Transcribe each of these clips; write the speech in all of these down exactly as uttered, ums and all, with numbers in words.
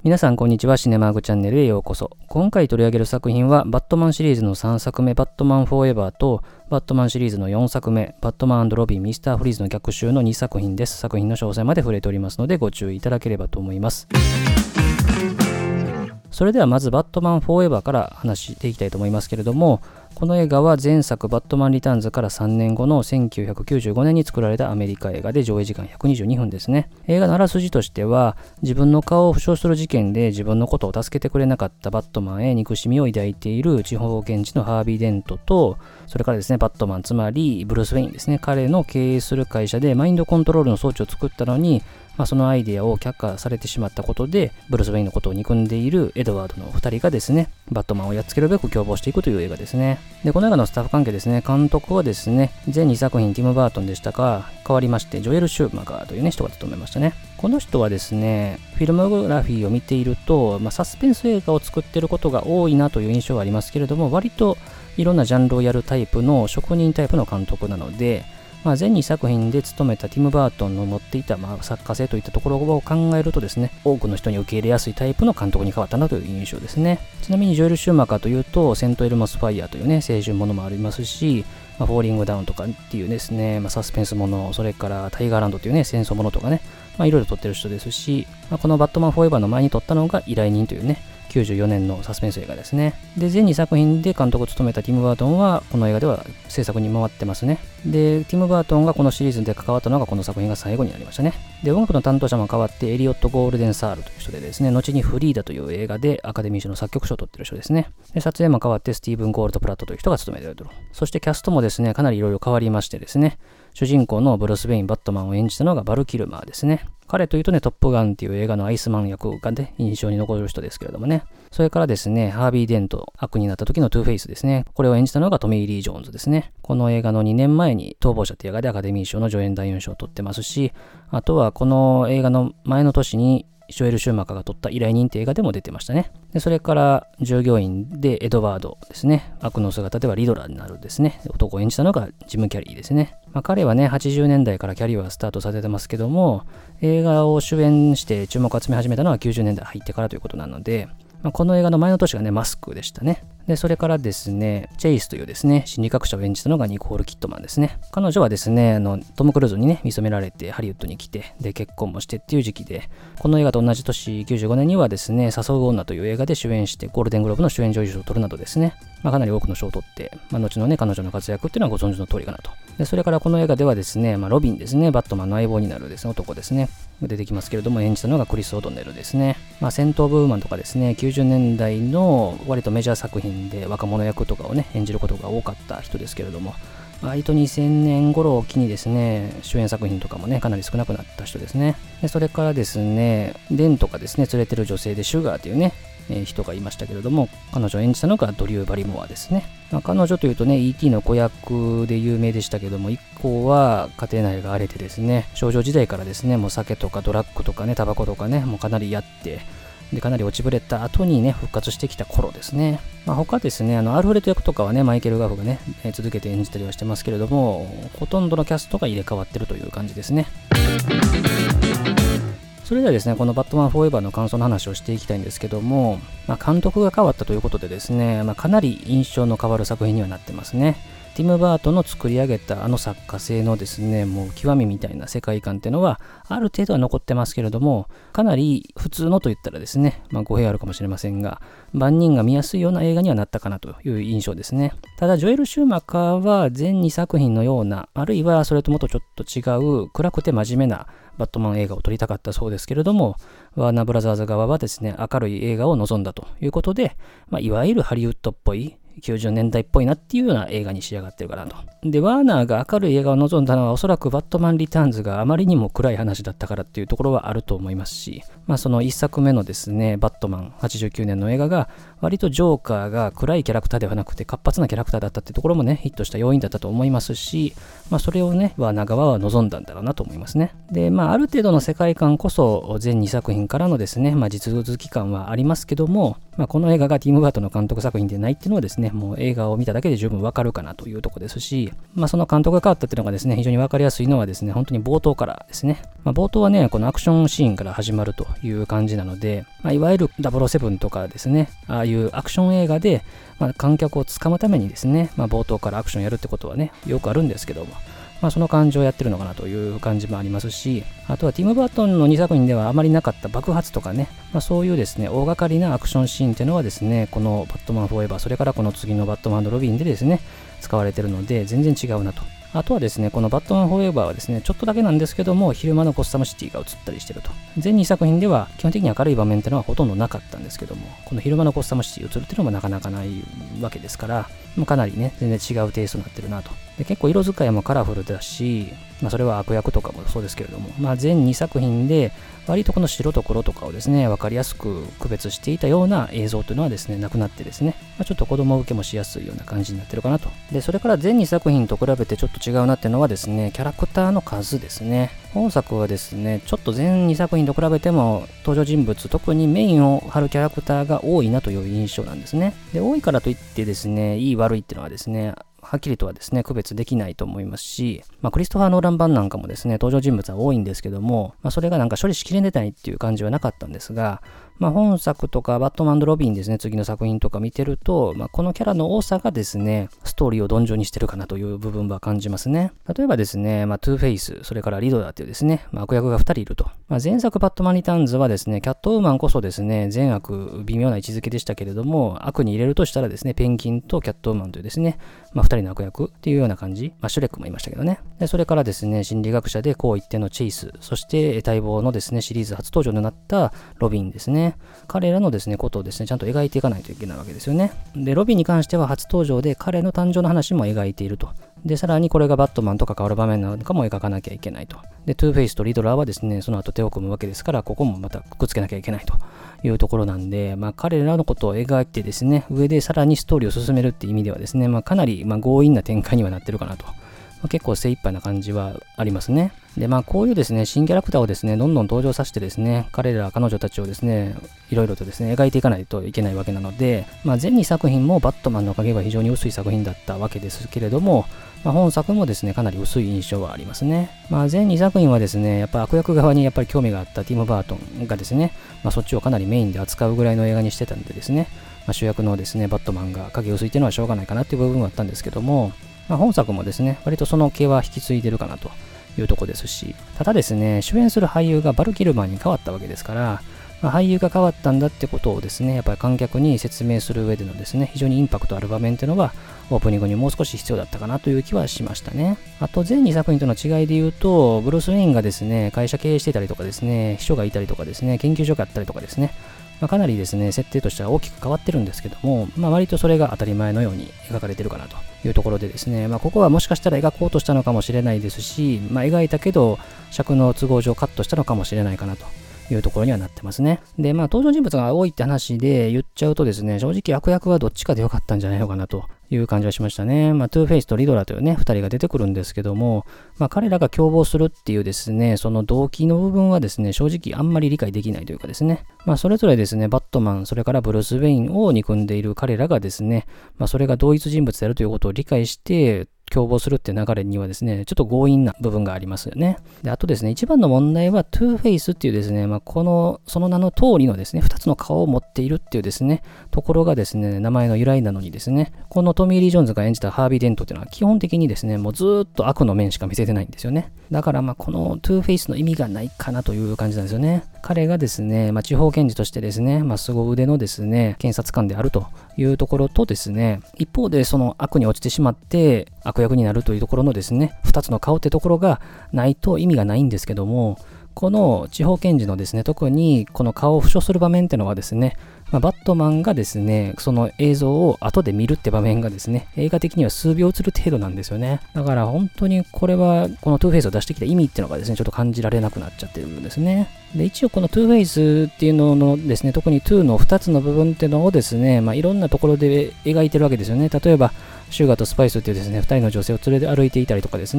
皆さんこんにちは。シネマーグチャンネルへようこそ。今回取り上げる作品はバットマンシリーズのさんさくめバットマンフォーエバーとバットマンシリーズのよんさくめバットマン&ロビンミスターフリーズの逆襲のにさく品です。作品の詳細まで触れておりますのでご注意いただければと思います。それではまずバットマンフォーエバーから話していきたいと思いますけれども、この映画は前作バットマンリターンズからさんねんごのせんきゅうひゃくきゅうじゅうごねんに作られたアメリカ映画で上映時間ひゃくにじゅうにふんですね。映画のあらすじとしては、自分の顔を負傷する事件で自分のことを助けてくれなかったバットマンへ憎しみを抱いている地方現地のハービー・デントと、それからですね、バットマンつまりブルース・ウェインですね、彼の経営する会社でマインドコントロールの装置を作ったのに、まあ、そのアイデアを却下されてしまったことで、ブルース・ウェインのことを憎んでいるエドワードのふたりがですね、バットマンをやっつけるべく共謀していくという映画ですね。で、この映画のスタッフ関係ですね、監督はですね、全にさく品ティム・バートンでしたが、変わりまして、ジョエル・シューマガーというね、人が務めましたね。この人はですね、フィルモグラフィーを見ていると、まあ、サスペンス映画を作っていることが多いなという印象がありますけれども、割といろんなジャンルをやるタイプの職人タイプの監督なので、まあ、全にさく品で務めたティム・バートンの持っていたまあ作家性といったところを考えるとですね、多くの人に受け入れやすいタイプの監督に変わったなという印象ですね。ちなみにジョエル・シューマカーというと、セント・エルモス・ファイヤーというね、青春ものもありますし、まあ、フォーリング・ダウンとかっていうですね、まあ、サスペンスもの、それからタイガーランドというね、戦争ものとかね、まあ、いろいろ撮ってる人ですし、まあ、このバットマン・フォーエバーの前に撮ったのが依頼人というね、きゅうじゅうよねんのサスペンス映画ですね。で、全にさく品で監督を務めたティム・バートンは、この映画では制作に回ってますね。で、ティム・バートンがこのシリーズで関わったのがこの作品が最後になりましたね。で、音楽の担当者も変わって、エリオット・ゴールデン・サールという人でですね、後にフリーダという映画でアカデミー賞の作曲賞を取ってる人ですね。で、撮影も変わって、スティーブン・ゴールド・プラットという人が務めていると。そしてキャストもですね、かなりいろいろ変わりましてですね、主人公のブルース・ウェイン・バットマンを演じたのがバル・キルマーですね。彼というとね、トップガンっていう映画のアイスマン役がね、印象に残る人ですけれどもね。それからですね、ハービー・デント、悪になった時のトゥーフェイスですね。これを演じたのがトミー・リー・ジョーンズですね。この映画のにねんまえに逃亡者って映画でアカデミー賞の助演男優賞を取ってますし、あとはこの映画の前の年にジョエル・シューマカーが撮った依頼人って映画でも出てましたね。で、それから従業員でエドワードですね。悪の姿ではリドラーになるですね。男を演じたのがジム・キャリーですね。まあ、彼はね、はちじゅうねんだいからキャリアはスタートさせてますけども、映画を主演して注目を集め始めたのはきゅうじゅうねんだい入ってからということなので、まあ、この映画の前の年がね、マスクでしたね。で、それからですね、チェイスというですね、心理学者を演じたのがニコール・キットマンですね。彼女はですね、あのトム・クルーズにね、見初められてハリウッドに来て、で、結婚もしてっていう時期で、この映画と同じ年、きゅうじゅうごねんにはですね、誘う女という映画で主演して、ゴールデングローブの主演女優賞を取るなどですね、まあ、かなり多くの賞を取って、まあ、後のね、彼女の活躍っていうのはご存知の通りかなと。で、それからこの映画ではですね、まあ、ロビンですね、バットマンの相棒になるですね、男ですね、出てきますけれども、演じたのがクリス・オドネルですね。まあ、戦闘ブーマンとかですね、きゅうじゅうねんだいの割とメジャー作品で若者役とかをね、演じることが多かった人ですけれども、割とにせんねん頃を機にですね、主演作品とかもね、かなり少なくなった人ですね。で、それからですね、デンとかですね、連れてる女性でシュガーというね、えー、人がいましたけれども、彼女を演じたのがドリュー・バリモアですね。まあ、彼女というとね、イーティー の子役で有名でしたけども、以降は家庭内が荒れてですね、少女時代からですね、もう酒とかドラッグとかね、タバコとかね、もうかなりやって、で、かなり落ちぶれた後にね、復活してきた頃ですね。まあ、他ですね、あの、アルフレッド役とかはね、マイケル・ガフがね、えー、続けて演じたりはしてますけれども、ほとんどのキャストが入れ替わってるという感じですね。それではですね、このバットマンフォーエバーの感想の話をしていきたいんですけども、まあ、監督が変わったということでですね、まあ、かなり印象の変わる作品にはなってますね。ティム・バートンの作り上げたあの作家性のですね、もう極みみたいな世界観っていうのは、ある程度は残ってますけれども、かなり普通のと言ったらですね、まあ語弊あるかもしれませんが、万人が見やすいような映画にはなったかなという印象ですね。ただ、ジョエル・シューマカーは全にさく品のような、あるいはそれともっとちょっと違う、暗くて真面目なバットマン映画を撮りたかったそうですけれども、ワーナーブラザーズ側はですね、明るい映画を望んだということで、まあ、いわゆるハリウッドっぽい、きゅうじゅうねんだいっぽいなっていうような映画に仕上がってるかなと。で、ワーナーが明るい映画を望んだのはおそらくバットマンリターンズがあまりにも暗い話だったからっていうところはあると思いますし、まあそのいっさくめのですね、バットマンはちじゅうきゅうねんの映画が割とジョーカーが暗いキャラクターではなくて活発なキャラクターだったっていうところもね、ヒットした要因だったと思いますし、まあそれをね、ワーナー側は望んだんだろうなと思いますね。で、まあある程度の世界観こそ全にさく品からのですね、まあ実続き感はありますけども、まあこの映画がティム・バートンの監督作品でないっていうのはですね、 ね、もう映画を見ただけで十分わかるかなというところですし、まあその監督が変わったっていうのがですね、非常にわかりやすいのはですね、本当に冒頭からですね、まあ冒頭はね、このアクションシーンから始まるという感じなので、まあいわゆるダブルオーセブンとかですね、ああいうアクション映画で、まあ観客をつかむためにですね、まあ冒頭からアクションやるってことはね、よくあるんですけども、まあその感じをやってるのかなという感じもありますし、あとはティム・バートンのにさく品ではあまりなかった爆発とかね、まあそういうですね、大掛かりなアクションシーンっていうのはですね、このバットマンフォーエバー、それからこの次のバットマンロビンでですね、使われてるので全然違うなと。あとはですね、このバットマンフォーエバーはですね、ちょっとだけなんですけども、昼間のゴッサムシティが映ったりしてると。全にさく品では基本的に明るい場面っていうのはほとんどなかったんですけども、この昼間のゴッサムシティ映るっていうのもなかなかないわけですから、もうかなりね、全然違うテイストになってるなと。で結構色使いもカラフルだし、まあ、それは悪役とかもそうですけれども、まあ、全にさく品で割とこの白と黒とかをですね、分かりやすく区別していたような映像というのはですね、なくなってですね、まあ、ちょっと子供受けもしやすいような感じになってるかなと。で、それから全にさく品と比べてちょっと違うなっていうのはですね、キャラクターの数ですね。本作はですね、ちょっと全にさく品と比べても登場人物、特にメインを張るキャラクターが多いなという印象なんですね。で、多いからといってですね、いい悪いっていうのはですね、はっきりとはですね、区別できないと思いますし、まあ、クリストファー・ノーラン版なんかもですね、登場人物は多いんですけども、まあ、それがなんか処理しきれないっていう感じはなかったんですが、まあ、本作とかバットマン&ロビンですね、次の作品とか見てると、まあ、このキャラの多さがですね、ストーリーを鈍状にしてるかなという部分は感じますね。例えばですね、まあ、トゥーフェイス、それからリドラーというですね、まあ、悪役がふたりいると。まあ、前作バットマン・リターンズはですね、キャットウーマンこそですね、善悪微妙な位置づけでしたけれども、悪に入れるとしたらですね、ペンギンとキャットウーマンというですね、まあ、ふたりの悪役っていうような感じ。まあ、シュレックもいましたけどね。で、それからですね、心理学者で高一点のチェイス、そして待望のですね、シリーズ初登場となったロビンですね。彼らのですね、ことをですね、ちゃんと描いていかないといけないわけですよね。で、ロビンに関しては初登場で彼の誕生の話も描いていると。で、さらにこれがバットマンと関わる場面なんかも描かなきゃいけないと。で、トゥーフェイスとリドラーはですね、その後手を組むわけですから、ここもまたくっつけなきゃいけないというところなんで、まあ彼らのことを描いてですね、上でさらにストーリーを進めるっていう意味ではですね、まあかなりまあ強引な展開にはなってるかなと。結構精一杯な感じはありますね。で、まあこういうですね、新キャラクターをですね、どんどん登場させてですね、彼ら、彼女たちをですね、いろいろとですね、描いていかないといけないわけなので、まあ全にさく品もバットマンの影は非常に薄い作品だったわけですけれども、まあ、本作もですね、かなり薄い印象はありますね。まあ全にさく品はですね、やっぱ悪役側にやっぱり興味があったティム・バートンがですね、まあそっちをかなりメインで扱うぐらいの映画にしてたんでですね、まあ、主役のですね、バットマンが影薄いっていうのはしょうがないかなっていう部分はあったんですけども、まあ、本作もですね、割とその系は引き継いでるかなというところですし、ただですね、主演する俳優がバル・キルマーに変わったわけですから、まあ、俳優が変わったんだってことをですね、やっぱり観客に説明する上でのですね、非常にインパクトある場面っていうのは、オープニングにもう少し必要だったかなという気はしましたね。あと、全にさく品との違いで言うと、ブルース・ウェインがですね、会社経営していたりとかですね、秘書がいたりとかですね、研究所があったりとかですね、まあ、かなりですね、設定としては大きく変わってるんですけども、まあ、割とそれが当たり前のように描かれてるかなというところでですね、まあ、ここはもしかしたら描こうとしたのかもしれないですし、まあ、描いたけど尺の都合上カットしたのかもしれないかなというところにはなってますね。で、まあ登場人物が多いって話で言っちゃうとですね、正直悪役はどっちかでよかったんじゃないのかなという感じはしましたね。まあトゥーフェイスとリドラーというね、二人が出てくるんですけども、まあ彼らが共謀するっていうですね、その動機の部分はですね、正直あんまり理解できないというかですね、まあそれぞれですね、バットマン、それからブルース・ウェインを憎んでいる彼らがですね、まあそれが同一人物であるということを理解して、共謀するって流れにはですね、ちょっと強引な部分がありますよね。で、あとですね、一番の問題はトゥーフェイスっていうですね、まあ、この、その名の通りのですね、二つの顔を持っているっていうですね、ところがですね、名前の由来なのにですね、このトミー・リー・ジョーンズが演じたハービー・デントっていうのは基本的にですね、もうずーっと悪の面しか見せてないんですよね。だからまあ、このトゥーフェイスの意味がないかなという感じなんですよね。彼がですね、まあ、地方検事としてですね、まあ、凄腕のですね、検察官であるというところとですね、一方でその悪に落ちてしまって悪役になるというところのですね、二つの顔ってところがないと意味がないんですけども、この地方検事のですね、特にこの顔を負傷する場面っていうのはですね、まあ、バットマンがですね、その映像を後で見るって場面がですね、映画的には数秒映る程度なんですよね。だから本当にこれは、このトゥーフェイスを出してきた意味っていうのがですね、ちょっと感じられなくなっちゃってるんですね。で、一応このトゥーフェイスっていうののですね、特にトゥーのふたつの部分っていうのをですね、まあいろんなところで描いてるわけですよね。例えば、シュガーとスパイスっていうですね、ふたりの女性を連れて歩いていたりとかですね、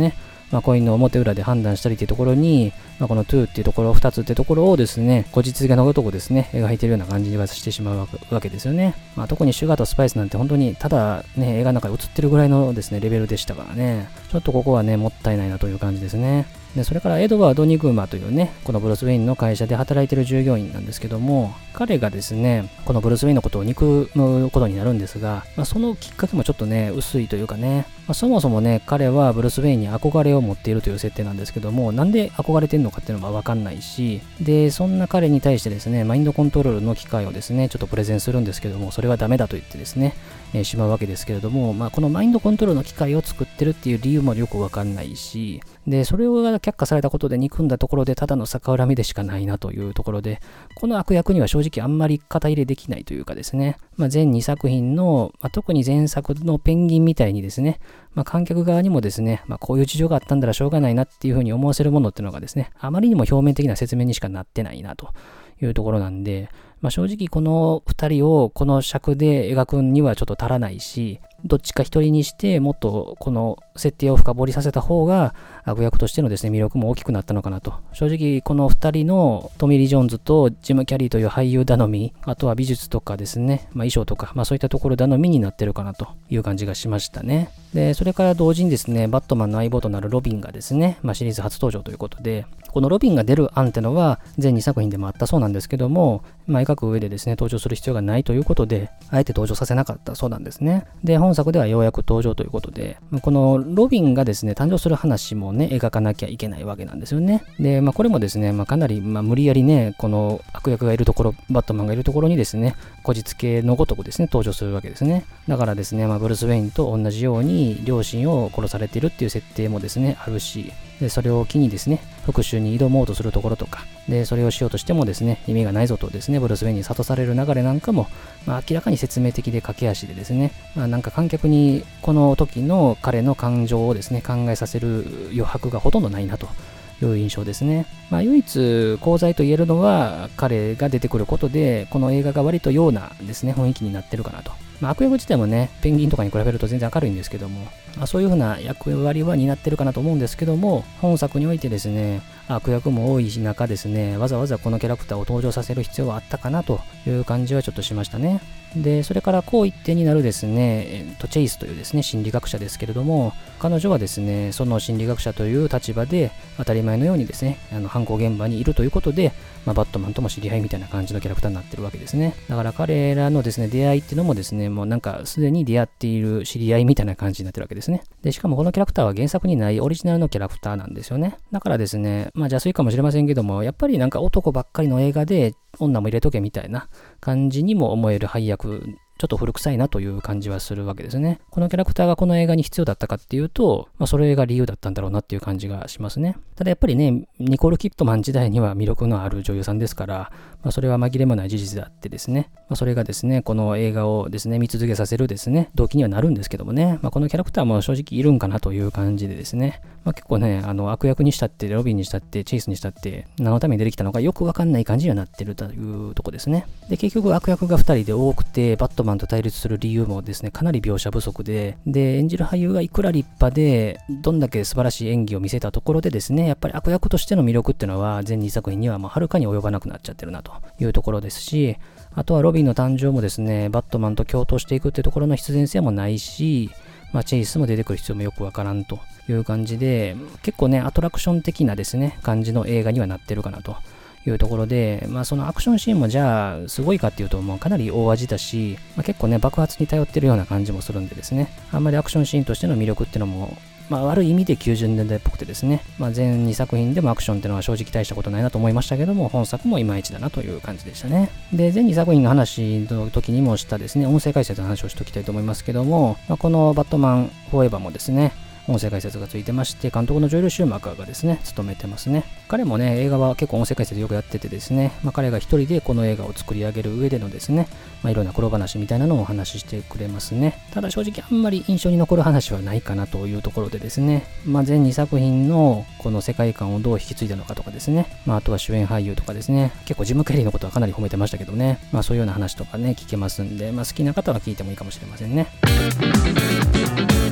まあ、コインの表裏で判断したりっていうところに、まあ、このトゥーっていうところ、ふたつっていうところをですね、後日がのごとくですね、描いているような感じにはしてしまうわけですよね。まあ、特にシュガーとスパイスなんて本当にただね、映画の中で映ってるぐらいのですね、レベルでしたからね、ちょっとここはね、もったいないなという感じですね。で、それからエドワード・ニグマというね、このブルース・ウェインの会社で働いている従業員なんですけども、彼がですね、このブルース・ウェインのことを憎むことになるんですが、まあ、そのきっかけもちょっとね、薄いというかね、まあ、そもそもね、彼はブルース・ウェインに憧れを持っているという設定なんですけども、なんで憧れてるのかっていうのはわかんないし、で、そんな彼に対してですね、マインドコントロールの機械をですね、ちょっとプレゼンするんですけども、それはダメだと言ってですね、えー、しまうわけですけれども、まあ、このマインドコントロールの機械を作ってるっていう理由もよくわかんないし、で、それが却下されたことで憎んだところでただの逆恨みでしかないなというところで、この悪役には正直あんまり肩入れできないというかですね、まあ、全にさく品の、まあ、特に前作のペンギンみたいにですね、まあ、観客側にもですね、まあ、こういう事情があったんだらしょうがないなっていうふうに思わせるものっていうのがですね、あまりにも表面的な説明にしかなってないなというところなんで、まあ、正直このふたりをこの尺で描くにはちょっと足らないし、どっちか一人にしてもっとこの設定を深掘りさせた方が悪役としてのですね、魅力も大きくなったのかなと。正直このふたりのトミー・リー・ジョーンズとジム・キャリーという俳優頼み、あとは美術とかですね、まあ、衣装とか、まあ、そういったところ頼みになってるかなという感じがしましたね。で、それから同時にですね、バットマンの相棒となるロビンがですね、まあ、シリーズ初登場ということで、このロビンが出る案ってのは全にさく品でもあったそうなんですけども、まあ、描く上でですね、登場する必要がないということで、あえて登場させなかったそうなんですね。で、本作ではようやく登場ということで、このロビンがですね、誕生する話もね、描かなきゃいけないわけなんですよね。で、まあ、これもですね、まあ、かなり、まあ、無理やりね、この悪役がいるところ、バットマンがいるところにですね、こじつけのごとくですね、登場するわけですね。だからですね、まあ、ブルース・ウェインと同じように両親を殺されているっていう設定もですね、あるし、で、それを機にですね、復讐に挑もうとするところとか、で、それをしようとしてもですね、意味がないぞとですね、ブルース・ウェインに諭される流れなんかも、まあ、明らかに説明的で駆け足でですね、まあ、なんか観客にこの時の彼の感情をですね、考えさせる余白がほとんどないなという印象ですね。まあ、唯一功罪と言えるのは彼が出てくることで、この映画が割とようなですね、雰囲気になってるかなと。まあ、悪役自体もね、ペンギンとかに比べると全然明るいんですけども、まあ、そういう風な役割は担ってるかなと思うんですけども、本作においてですね、悪役も多い中ですね、わざわざこのキャラクターを登場させる必要はあったかなという感じはちょっとしましたね。で、それからこう一点になるですね、えっと、チェイスというですね、心理学者ですけれども、彼女はですね、その心理学者という立場で当たり前のようにですね、あの犯行現場にいるということで、まあ、バットマンとも知り合いみたいな感じのキャラクターになってるわけですね。だから彼らのですね、出会いっていうのもですね、もうなんかすでに出会っている知り合いみたいな感じになってるわけですね。で、しかもこのキャラクターは原作にないオリジナルのキャラクターなんですよね。だからですね、まあ邪推かもしれませんけども、やっぱりなんか男ばっかりの映画で女も入れとけみたいな感じにも思える配役、ちょっと古臭いなという感じはするわけですね。このキャラクターがこの映画に必要だったかっていうと、まあ、それが理由だったんだろうなっていう感じがしますね。ただやっぱりね、ニコール・キッドマン時代には魅力のある女優さんですから、まあ、それは紛れもない事実であってですね、まあ、それがですね、この映画をですね、見続けさせるですね、動機にはなるんですけどもね、まあ、このキャラクターも正直いるんかなという感じでですね、まあ、結構ね、あの悪役にしたって、ロビンにしたって、チェイスにしたって、何のために出てきたのかよくわかんない感じにはなってるというとこですね。で、結局悪役がふたりで多くて、バットマンと対立する理由もですね、かなり描写不足で、で、演じる俳優がいくら立派で、どんだけ素晴らしい演技を見せたところでですね、やっぱり悪役としての魅力っていうのは、全にさく品にはもうはるかに及ばなくなっちゃってるなというところですし、あとはロビンの誕生もですね、バットマンと共闘していくっていうところの必然性もないし、まあ、チェイスも出てくる必要もよくわからんという感じで、結構ね、アトラクション的なですね、感じの映画にはなってるかなというところで、まあ、そのアクションシーンもじゃあすごいかっていうと、もうかなり大味だし、まあ、結構ね、爆発に頼ってるような感じもするんでですね、あんまりアクションシーンとしての魅力っていうのも、まあ、悪い意味できゅうじゅうねんだいっぽくてですね、まあ、全にさく品でもアクションっていうのは正直大したことないなと思いましたけども、本作もいまいちだなという感じでしたね。で、全にさく品の話の時にもしたですね、音声解説の話をしておきたいと思いますけども、まあ、このバットマンフォーエバーもですね、音声解説がついてまして、監督のジョエル・シューマーカーがですね、務めてますね。彼もね、映画は結構音声解説よくやっててですね、まあ、彼が一人でこの映画を作り上げる上でのですね、まあ、いろんな黒話みたいなのをお話ししてくれますね。ただ正直あんまり印象に残る話はないかなというところでですね、まあ、全にさく品のこの世界観をどう引き継いだのかとかですね、まあ、あとは主演俳優とかですね、結構ジム・ケリーのことはかなり褒めてましたけどね、まあ、そういうような話とかね、聞けますんで、まあ、好きな方は聞いてもいいかもしれませんね。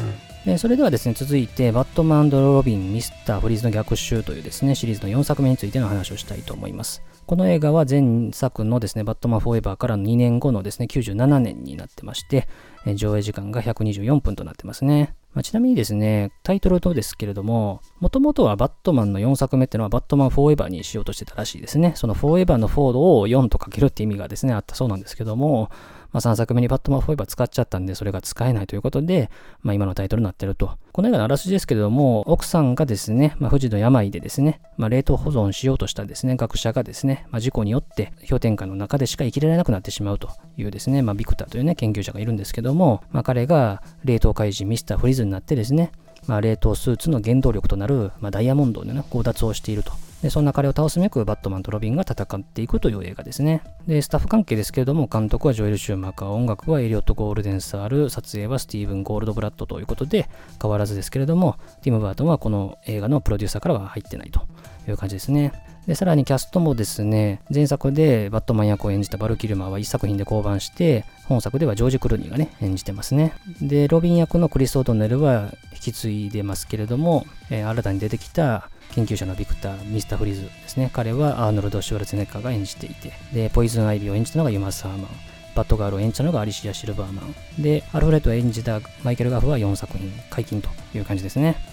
でそれではですね、続いて、バットマン&ロビン、ミスター・フリーズの逆襲というですね、シリーズのよんさくめについての話をしたいと思います。この映画は前作のですね、バットマンフォーエバーからのにねんごのですね、きゅうじゅうななねんになってまして、上映時間がひゃくにじゅうよんぷんとなってますね。まあ、ちなみにですね、タイトルとですけれども、もともとはバットマンのよんさくめっていうのはバットマンフォーエバーにしようとしてたらしいですね。そのフォーエバーのフォードをよんとかけるって意味がですね、あったそうなんですけども、まあ、さんさくめにバットマンフォーエバー使っちゃったんで、それが使えないということで、まあ、今のタイトルになってると。この映画のあらすじですけれども、奥さんがですね、まあ、不治の病でですね、まあ、冷凍保存しようとしたですね、学者がですね、まあ、事故によって氷点下の中でしか生きられなくなってしまうというですね、まあ、ビクターというね、研究者がいるんですけども、まあ、彼が冷凍怪人ミスターフリーズになってですね、まあ、冷凍スーツの原動力となる、まあ、ダイヤモンドの、ね、強奪をしていると。でそんな彼を倒すべくバットマンとロビンが戦っていくという映画ですね。でスタッフ関係ですけれども、監督はジョエル・シューマーカー、音楽はエリオット・ゴールデンサール、撮影はスティーブン・ゴールドブラッドということで変わらずですけれども、ティム・バートンはこの映画のプロデューサーからは入ってないという感じですね。でさらにキャストもですね、前作でバットマン役を演じたバル・キルマーはいっさくひんで降板して、本作ではジョージ・クルーニーがね演じてますね。でロビン役のクリス・オドネルは引き継いでますけれども、えー、新たに出てきた研究者のビクター、ミスター・フリーズですね。彼はアーノルド・シュワルツェネッカーが演じていて、でポイズン・アイビーを演じたのがユマ・サーマン、バットガールを演じたのがアリシア・シルバーマンで、アルフレッドを演じたマイケル・ガフはよんさくひん解禁という感じですね。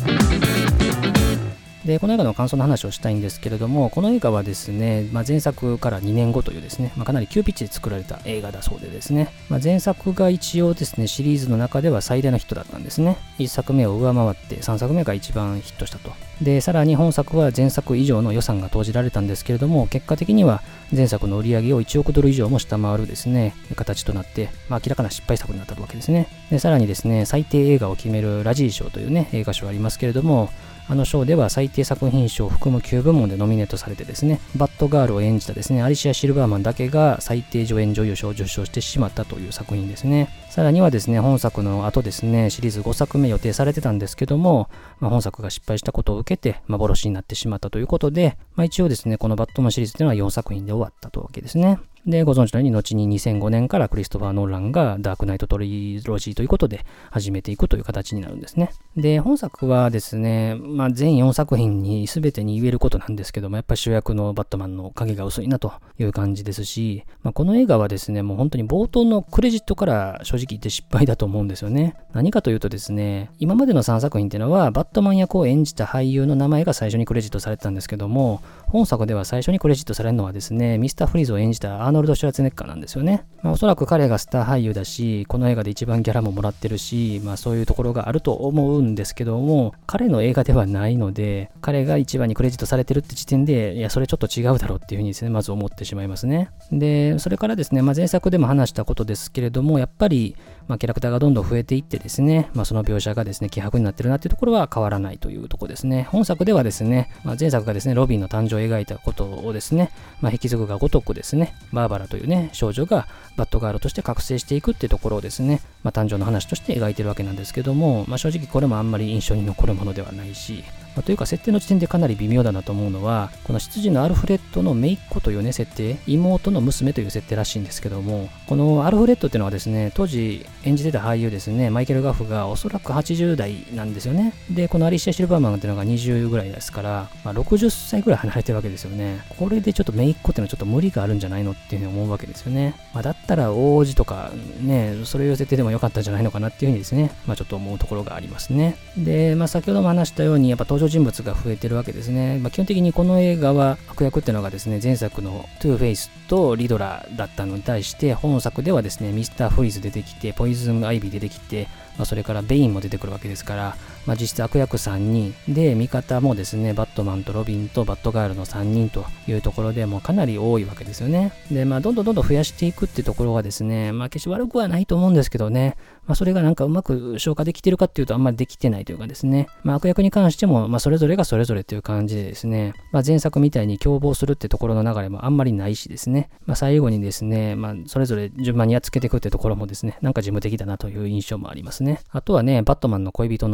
でこの映画の感想の話をしたいんですけれども、この映画はですね、まあ、前作からにねんごというですね、まあ、かなり急ピッチで作られた映画だそうでですね、まあ、前作が一応ですね、シリーズの中では最大のヒットだったんですね。いっさくめを上回ってさんさくめが一番ヒットしたと。でさらに本作は前作以上の予算が投じられたんですけれども、結果的には前作の売り上げをいちおくドル以上も下回るですね形となって、まあ、明らかな失敗作になったわけですね。でさらにですね、最低映画を決めるラジー賞というね映画賞がありますけれども、あの賞では最低作品賞を含むきゅうぶもんでノミネートされてですね、バットガールを演じたですねアリシア・シルバーマンだけが最低助演女優賞を受賞してしまったという作品ですね。さらにはですね、本作の後ですね、シリーズごさくめ予定されてたんですけども、まあ、本作が失敗したことを受けて幻になってしまったということで、まあ、一応ですね、このバットマンシリーズというのはよんさくひんで終わったというわけですね。で、ご存知のように、後ににせんごねんからクリストファー・ノーランがダークナイトトリロジーということで始めていくという形になるんですね。で、本作はですね、まあ、全よんさくひんに全てに言えることなんですけども、やっぱり主役のバットマンの影が薄いなという感じですし、まあ、この映画はですね、もう本当に冒頭のクレジットから正直言って失敗だと思うんですよね。何かというとですね、今までのさんさくひんっていうのは、バットマン役を演じた俳優の名前が最初にクレジットされてたんですけども、本作では最初にクレジットされるのはですね、ミスター・フリーズを演じたアーノルド・シュワルツェネッカーなんですよね。まあ、おそらく彼がスター俳優だし、この映画で一番ギャラももらってるし、まあそういうところがあると思うんですけども、彼の映画ではないので、彼が一番にクレジットされてるって時点で、いや、それちょっと違うだろうっていうふうにですね、まず思ってしまいますね。で、それからですね、まあ、前作でも話したことですけれども、やっぱり、まあ、キャラクターがどんどん増えていってですね、まあ、その描写がですね、希薄になってるなっていうところは変わらないというところですね。本作ではですね、まあ、前作がですね、ロビンの誕生を描いたことをですね、まあ、引き継ぐがごとくですね、バーバラというね、少女がバットガールとして覚醒していくっていうところをですね、まあ、誕生の話として描いてるわけなんですけども、まあ、正直これもあんまり印象に残るものではないし、まあ、というか設定の時点でかなり微妙だなと思うのは、この執事のアルフレッドの姪っ子というね設定、妹の娘という設定らしいんですけども、このアルフレッドっていうのはですね、当時演じてた俳優ですね、マイケル・ガフがおそらくはちじゅうだいなんですよね。で、このアリシア・シルバーマンっていうのがにじゅうぐらいですから、まあ、ろくじゅっさいぐらい離れてるわけですよね。これでちょっと姪っ子っていうのはちょっと無理があるんじゃないのっていうふうに思うわけですよね。まあ、だったら王子とかね、そういう設定でもよかったんじゃないのかなっていうふうにですね、まあ、ちょっと思うところがありますね。で、まあ、先ほども話したように、やっぱ登場人物が増えてるわけですね。まあ、基本的にこの映画は悪役っていうのがですね、前作のトゥーフェイスとリドラだったのに対して、本作ではですね、ミスター・フリーズ出てきて、ポイズン・アイビー出てきて、まあ、それからベインも出てくるわけですから、まあ、実質悪役さんにんで、味方もですね、バットマンとロビンとバットガールのさんにんというところでもうかなり多いわけですよね。で、まあ、どんどんどんどん増やしていくってところがですね、まあ、決して悪くはないと思うんですけどね、まあ、それがなんかうまく消化できてるかっていうとあんまりできてないというかですね、まあ、悪役に関しても、まあ、それぞれがそれぞれという感じでですね、まあ、前作みたいに共謀するってところの流れもあんまりないしですね、まあ、最後にですね、まあ、それぞれ順番にやっつけていくってところもですね、なんか事務的だなという印象もありますね。あとはね、バットマンの恋人のジュリー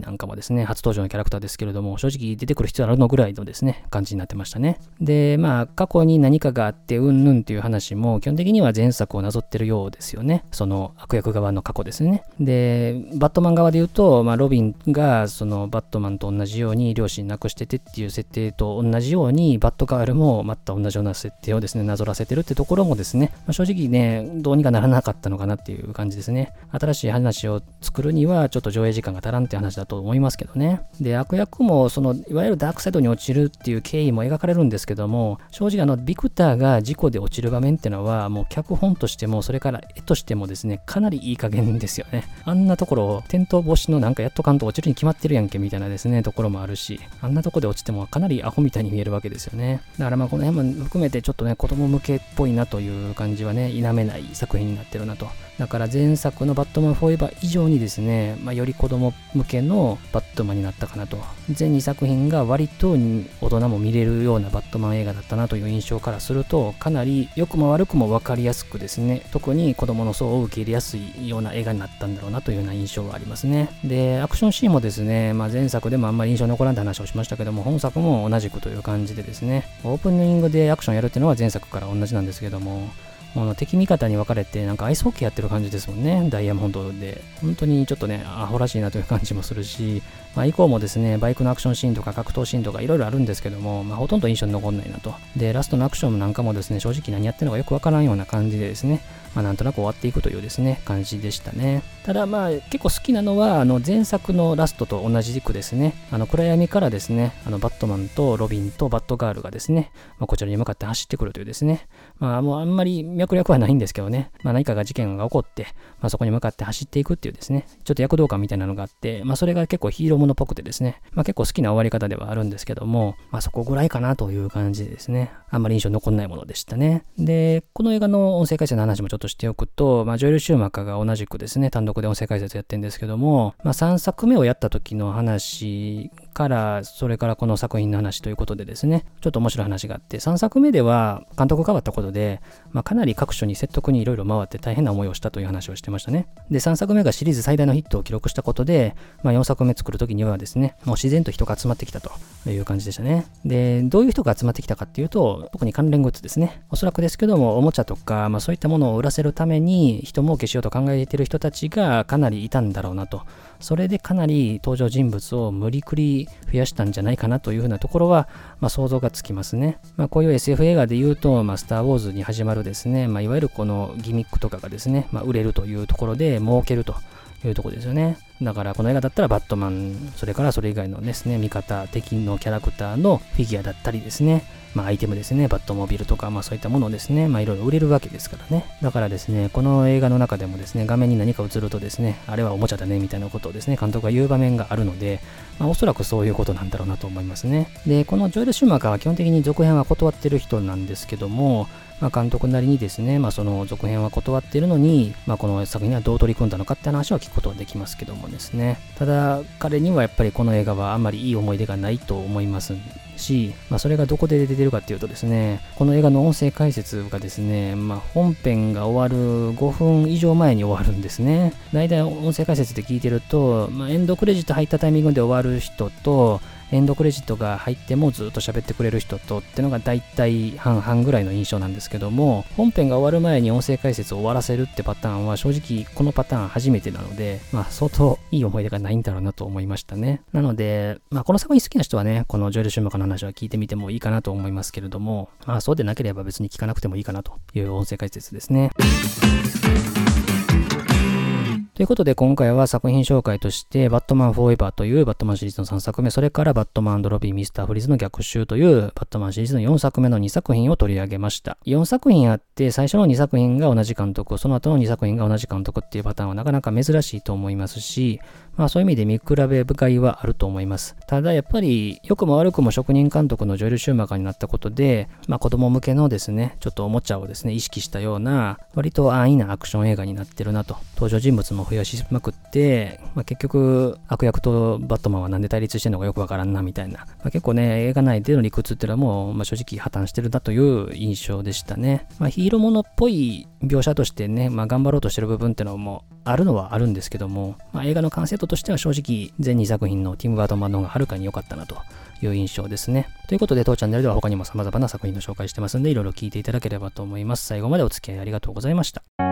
なんかもですね、初登場のキャラクターですけれども、正直出てくる必要あるのぐらいのですね、感じになってましたね。で、まあ、過去に何かがあって、うんぬんっていう話も、基本的には前作をなぞってるようですよね。その悪役側の過去ですね。で、バットマン側で言うと、まあ、ロビンが、そのバットマンと同じように両親亡くしててっていう設定と同じように、バットガールもまた同じような設定をですね、なぞらせてるってところもですね、まあ、正直ね、どうにかならなかったのかなっていう感じですね。新しい話を作るには、ちょっと上映時間が足らんって話だと思いますけどね。で、悪役も、その、いわゆるダークサイドに落ちるっていう経緯も描かれるんですけども、正直あの、ビクターが事故で落ちる場面ってのは、もう脚本としても、それから絵としてもですね、かなりいい加減ですよね。あんなところ、転倒防止のなんかやっとかんと落ちるに決まってるやんけみたいなですね、ところもあるし、あんなとこで落ちてもかなりアホみたいに見えるわけですよね。だからまあこの辺も含めてちょっとね、子供向けっぽいなという感じはね、否めない作品になってるなと。だから前作のバットマンフォーエバー以上にですね、まあ、より子供向けのバットマンになったかなと。全にさく品が割と大人も見れるようなバットマン映画だったなという印象からすると、かなり良くも悪くも分かりやすくですね、特に子供の層を受け入れやすいような映画になったんだろうなというような印象がありますね。で、アクションシーンもですね、まあ、前作でもあんまり印象に残らんって話をしましたけども、本作も同じくという感じでですね、オープニングでアクションやるっていうのは前作から同じなんですけども、もう敵味方に分かれてなんかアイスホッケーやってる感じですもんね、ダイヤモンドで。本当にちょっとね、アホらしいなという感じもするし、まあ、以降もですね、バイクのアクションシーンとか格闘シーンとかいろいろあるんですけども、まあ、ほとんど印象に残んないなと。で、ラストのアクションなんかもですね、正直何やってるのかよくわからんような感じでですね、まあ、なんとなく終わっていくというですね、感じでしたね。ただまあ、結構好きなのは、あの前作のラストと同じくですね、あの暗闇からですね、あのバットマンとロビンとバットガールがですね、まあ、こちらに向かって走ってくるというですね、まあもうあんまり脈略はないんですけどね、まあ、何かが事件が起こって、まあ、そこに向かって走っていくっていうですね、ちょっと躍動感みたいなのがあって、まあそれが結構ヒーローものっぽくてですね、まあ結構好きな終わり方ではあるんですけども、まあそこぐらいかなという感じでですね、あんまり印象に残んないものでしたね。で、この映画の音声解説の話もちょっとしておくと、まあジョエル・シューマッカーが同じくですね、単独で音声解説やってるんですけども、まあさんさくめをやった時の話から、それからこの作品の話ということでですね、ちょっと面白い話があって、さんさくめでは監督変わったことで、まあかなり各所に説得にいろいろ回って大変な思いをしたという話をしてましたね。で、さんさくめがシリーズ最大のヒットを記録したことで、まあよんさくめ作る時にはですね、もう自然と人が集まってきたという感じでしたね。で、どういう人が集まってきたかっていうと、特に関連グッズですね。おそらくですけども、おもちゃとか、まあそういったものを売らせるために人儲けしようと考えている人たちがかなりいたんだろうなと。それでかなり登場人物を無理くり増やしたんじゃないかなというふうなところは、まあ、想像がつきますね。まあ、こういう エスエフ 映画で言うと、まあ、スター・ウォーズに始まるですね、まあ、いわゆるこのギミックとかがですね、まあ、売れるというところで儲けるというところですよね。だからこの映画だったらバットマン、それからそれ以外のですね、味方、敵のキャラクターのフィギュアだったりですね、まあアイテムですね、バットモビルとか、まあそういったものをですね、まあいろいろ売れるわけですからね。だからですね、この映画の中でもですね、画面に何か映るとですね、あれはおもちゃだねみたいなことをですね、監督が言う場面があるので、まあおそらくそういうことなんだろうなと思いますね。で、このジョエル・シューマーカーは基本的に続編は断ってる人なんですけども、まあ、監督なりにですね、まあ、その続編は断っているのに、まあ、この作品はどう取り組んだのかって話は聞くことはできますけどもですね。ただ、彼にはやっぱりこの映画はあんまりいい思い出がないと思いますし、まあ、それがどこで出てるかっていうとですね、この映画の音声解説がですね、まあ、本編が終わるごふん以上前に終わるんですね。大体音声解説で聞いてると、まあ、エンドクレジット入ったタイミングで終わる人と、エンドクレジットが入ってもずっと喋ってくれる人とってのが大体半々ぐらいの印象なんですけども、本編が終わる前に音声解説を終わらせるってパターンは正直このパターン初めてなので、まあ相当いい思い出がないんだろうなと思いましたね。なので、まあこの作品好きな人はね、このジョエル・シューマーカーの話は聞いてみてもいいかなと思いますけれども、まあそうでなければ別に聞かなくてもいいかなという音声解説ですね。ということで今回は作品紹介としてバットマンフォーエバーというバットマンシリーズのさんさくめ、それからバットマン&ロビン・ミスター・フリーズの逆襲というバットマンシリーズのよんさくめのにさく品を取り上げました。よんさく品あって最初のにさく品が同じ監督、その後のにさく品が同じ監督っていうパターンはなかなか珍しいと思いますし、まあそういう意味で見比べ深いはあると思います。ただやっぱり良くも悪くも職人監督のジョエル・シューマーカーになったことで、まあ子供向けのですね、ちょっとおもちゃをですね、意識したような割と安易なアクション映画になってるなと。登場人物も増やしまくってで、まあ、結局悪役とバットマンはなんで対立してるのかよくわからんなみたいな、まあ、結構ね映画内での理屈っていうのはもう、まあ、正直破綻してるなという印象でしたね。まあ、ヒーローものっぽい描写としてね、まあ、頑張ろうとしてる部分っていうのもあるのはあるんですけども、まあ、映画の完成度としては正直全にさく品のティム・バートン版の方がはるかに良かったなという印象ですね。ということで当チャンネルでは他にも様々な作品の紹介してますんで、いろいろ聞いていただければと思います。最後までお付き合いありがとうございました。